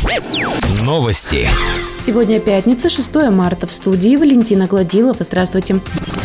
Новости. Сегодня пятница, 6 марта. В студии Валентина Гладилова. Здравствуйте.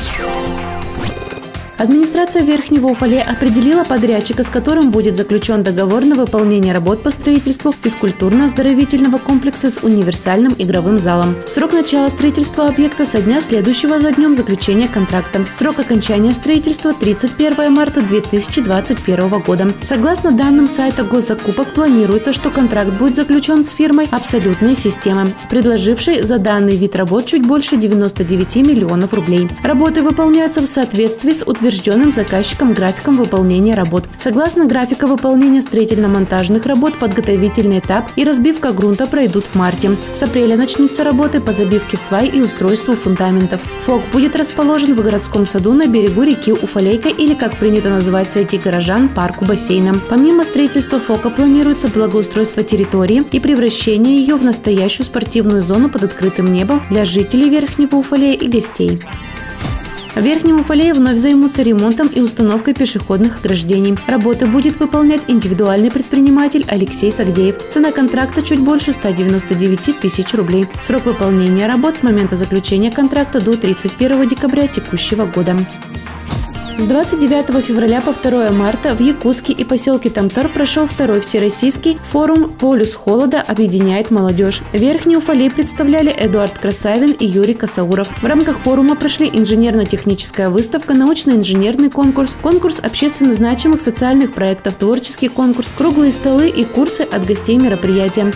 Администрация Верхнего Уфалея определила подрядчика, с которым будет заключен договор на выполнение работ по строительству физкультурно-оздоровительного комплекса с универсальным игровым залом. Срок начала строительства объекта со дня, следующего за днем заключения контракта. Срок окончания строительства – 31 марта 2021 года. Согласно данным сайта госзакупок, планируется, что контракт будет заключен с фирмой «Абсолютные системы», предложившей за данный вид работ чуть больше 99 миллионов рублей. Работы выполняются в соответствии с утвержденным заказчиком графиком выполнения работ. Согласно графика выполнения строительно-монтажных работ, подготовительный этап и разбивка грунта пройдут в марте. С апреля начнутся работы по забивке свай и устройству фундаментов. ФОК будет расположен в городском саду на берегу реки Уфалейка, или, как принято называть среди горожан, парку бассейна. Помимо строительства ФОКа планируется благоустройство территории и превращение ее в настоящую спортивную зону под открытым небом для жителей Верхнего Уфалея и гостей. В Верхнем Уфалее вновь займутся ремонтом и установкой пешеходных ограждений. Работы будет выполнять индивидуальный предприниматель Алексей Сагдеев. Цена контракта чуть больше 199 тысяч рублей. Срок выполнения работ с момента заключения контракта до 31 декабря текущего года. С 29 февраля по 2 марта в Якутске и поселке Тамтар прошел второй всероссийский форум «Полюс холода объединяет молодежь». Верхний Уфалей представляли Эдуард Красавин и Юрий Косауров. В рамках форума прошли инженерно-техническая выставка, научно-инженерный конкурс, конкурс общественно значимых социальных проектов, творческий конкурс, круглые столы и курсы от гостей мероприятия.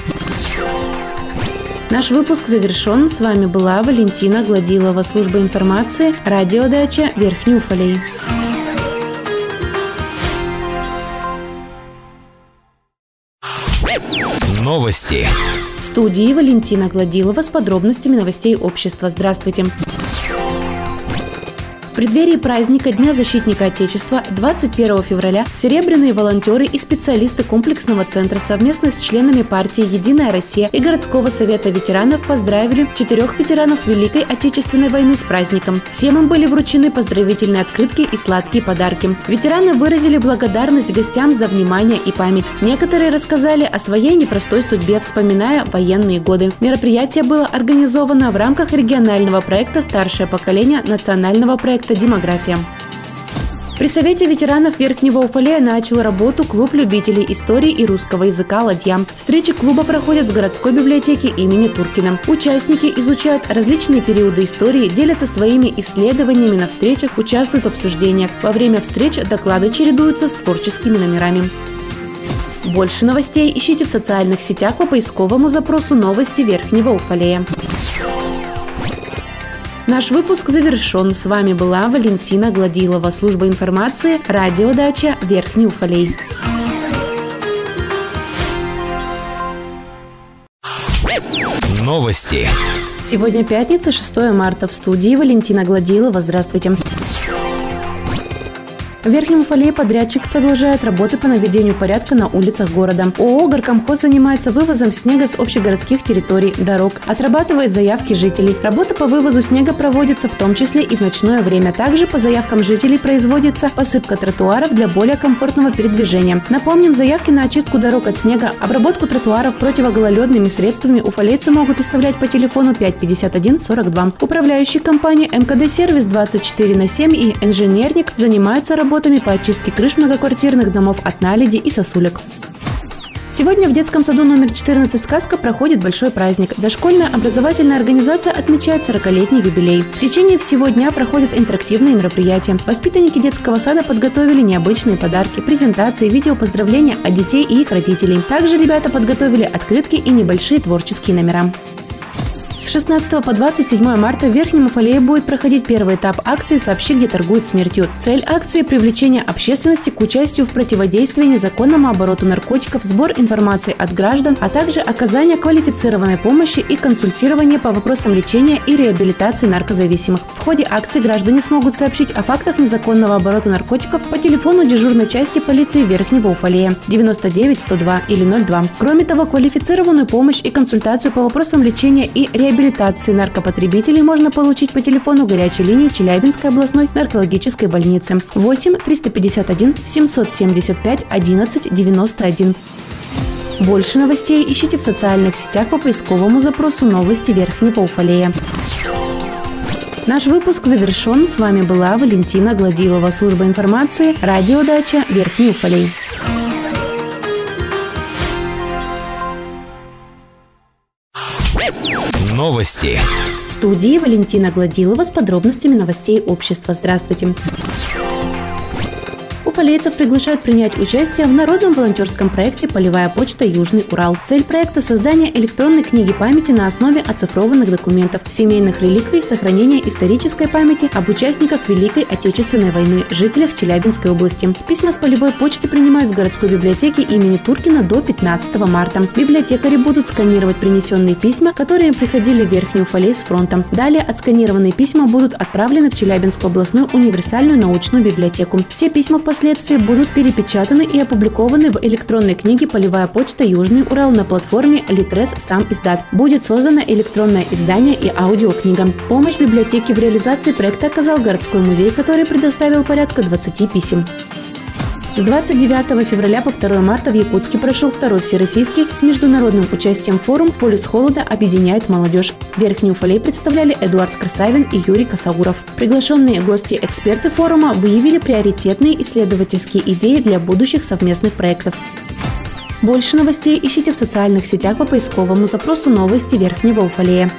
Наш выпуск завершен. С вами была Валентина Гладилова, служба информации, радиодача Верхний Уфалей. Новости. В студии Валентина Гладилова с подробностями новостей общества. Здравствуйте. В преддверии праздника Дня защитника Отечества 21 февраля серебряные волонтеры и специалисты комплексного центра совместно с членами партии «Единая Россия» и городского совета ветеранов поздравили 4 ветеранов Великой Отечественной войны с праздником. Всем им были вручены поздравительные открытки и сладкие подарки. Ветераны выразили благодарность гостям за внимание и память. Некоторые рассказали о своей непростой судьбе, вспоминая военные годы. Мероприятие было организовано в рамках регионального проекта «Старшее поколение» национального проекта «Демография». При Совете ветеранов Верхнего Уфалея начал работу клуб любителей истории и русского языка «Ладья». Встречи клуба проходят в городской библиотеке имени Туркина. Участники изучают различные периоды истории, делятся своими исследованиями на встречах, участвуют в обсуждениях. Во время встреч доклады чередуются с творческими номерами. Больше новостей ищите в социальных сетях по поисковому запросу «Новости Верхнего Уфалея». Наш выпуск завершен. С вами была Валентина Гладилова, служба информации, радиодача Верхний Уфалей. Новости. Сегодня пятница, 6 марта. В студии Валентина Гладилова. Здравствуйте. В Верхнем Уфалее подрядчик продолжает работы по наведению порядка на улицах города. ООО «Горкомхоз» занимается вывозом снега с общегородских территорий, дорог, отрабатывает заявки жителей. Работа по вывозу снега проводится в том числе и в ночное время. Также по заявкам жителей производится посыпка тротуаров для более комфортного передвижения. Напомним, заявки на очистку дорог от снега, обработку тротуаров противогололедными средствами уфалейцы могут оставлять по телефону 551 42. Управляющие компании МКД-сервис 24/7 и инженерник занимаются работой по очистке крыш многоквартирных домов от наледи и сосулек. Сегодня в детском саду номер 14 «Сказка» проходит большой праздник. Дошкольная образовательная организация отмечает 40-летний юбилей. В течение всего дня проходят интерактивные мероприятия. Воспитанники детского сада подготовили необычные подарки, презентации, видеопоздравления от детей и их родителей. Также ребята подготовили открытки и небольшие творческие номера. С 16 по 27 марта в Верхнем Уфалее будет проходить первый этап акции «Сообщи, где торгуют смертью». Цель акции – привлечение общественности к участию в противодействии незаконному обороту наркотиков, сбор информации от граждан, а также оказание квалифицированной помощи и консультирование по вопросам лечения и реабилитации наркозависимых. В ходе акции граждане смогут сообщить о фактах незаконного оборота наркотиков по телефону дежурной части полиции Верхнего Уфалея 99 102 или 02. Кроме того, квалифицированную помощь и консультацию по вопросам лечения и реабилитации наркопотребителей можно получить по телефону горячей линии Челябинской областной наркологической больницы 8 351 775 11 91. Больше новостей ищите в социальных сетях по поисковому запросу «Новости Верхнего Уфалея». Наш выпуск завершен. С вами была Валентина Гладилова, служба информации, радиодача Верхний Уфалей. Новости. В студии Валентина Гладилова с подробностями новостей общества. Здравствуйте. Уфалейцев приглашают принять участие в народном волонтерском проекте «Полевая почта. Южный Урал». Цель проекта – создание электронной книги памяти на основе оцифрованных документов, семейных реликвий, сохранение исторической памяти об участниках Великой Отечественной войны, жителях Челябинской области. Письма с полевой почты принимают в городской библиотеке имени Туркина до 15 марта. Библиотекари будут сканировать принесенные письма, которые приходили в Верхний Уфалей с фронтом. Далее отсканированные письма будут отправлены в Челябинскую областную универсальную научную библиотеку. Все письма впоследствии будут перепечатаны и опубликованы в электронной книге «Полевая почта. Южный Урал» на платформе Литрес Сам Издат. Будет создано электронное издание и аудиокнига. Помощь библиотеке в реализации проекта оказал городской музей, который предоставил порядка 20 писем. С 29 февраля по 2 марта в Якутске прошел второй всероссийский с международным участием форум «Полюс холода объединяет молодежь». Верхний Уфалей представляли Эдуард Красавин и Юрий Косогуров. Приглашенные гости-эксперты форума выявили приоритетные исследовательские идеи для будущих совместных проектов. Больше новостей ищите в социальных сетях по поисковому запросу «Новости Верхнего Уфалея».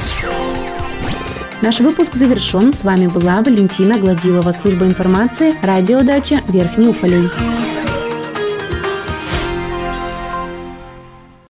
Наш выпуск завершен. С вами была Валентина Гладилова, служба информации, радиодача Верхний Уфалей.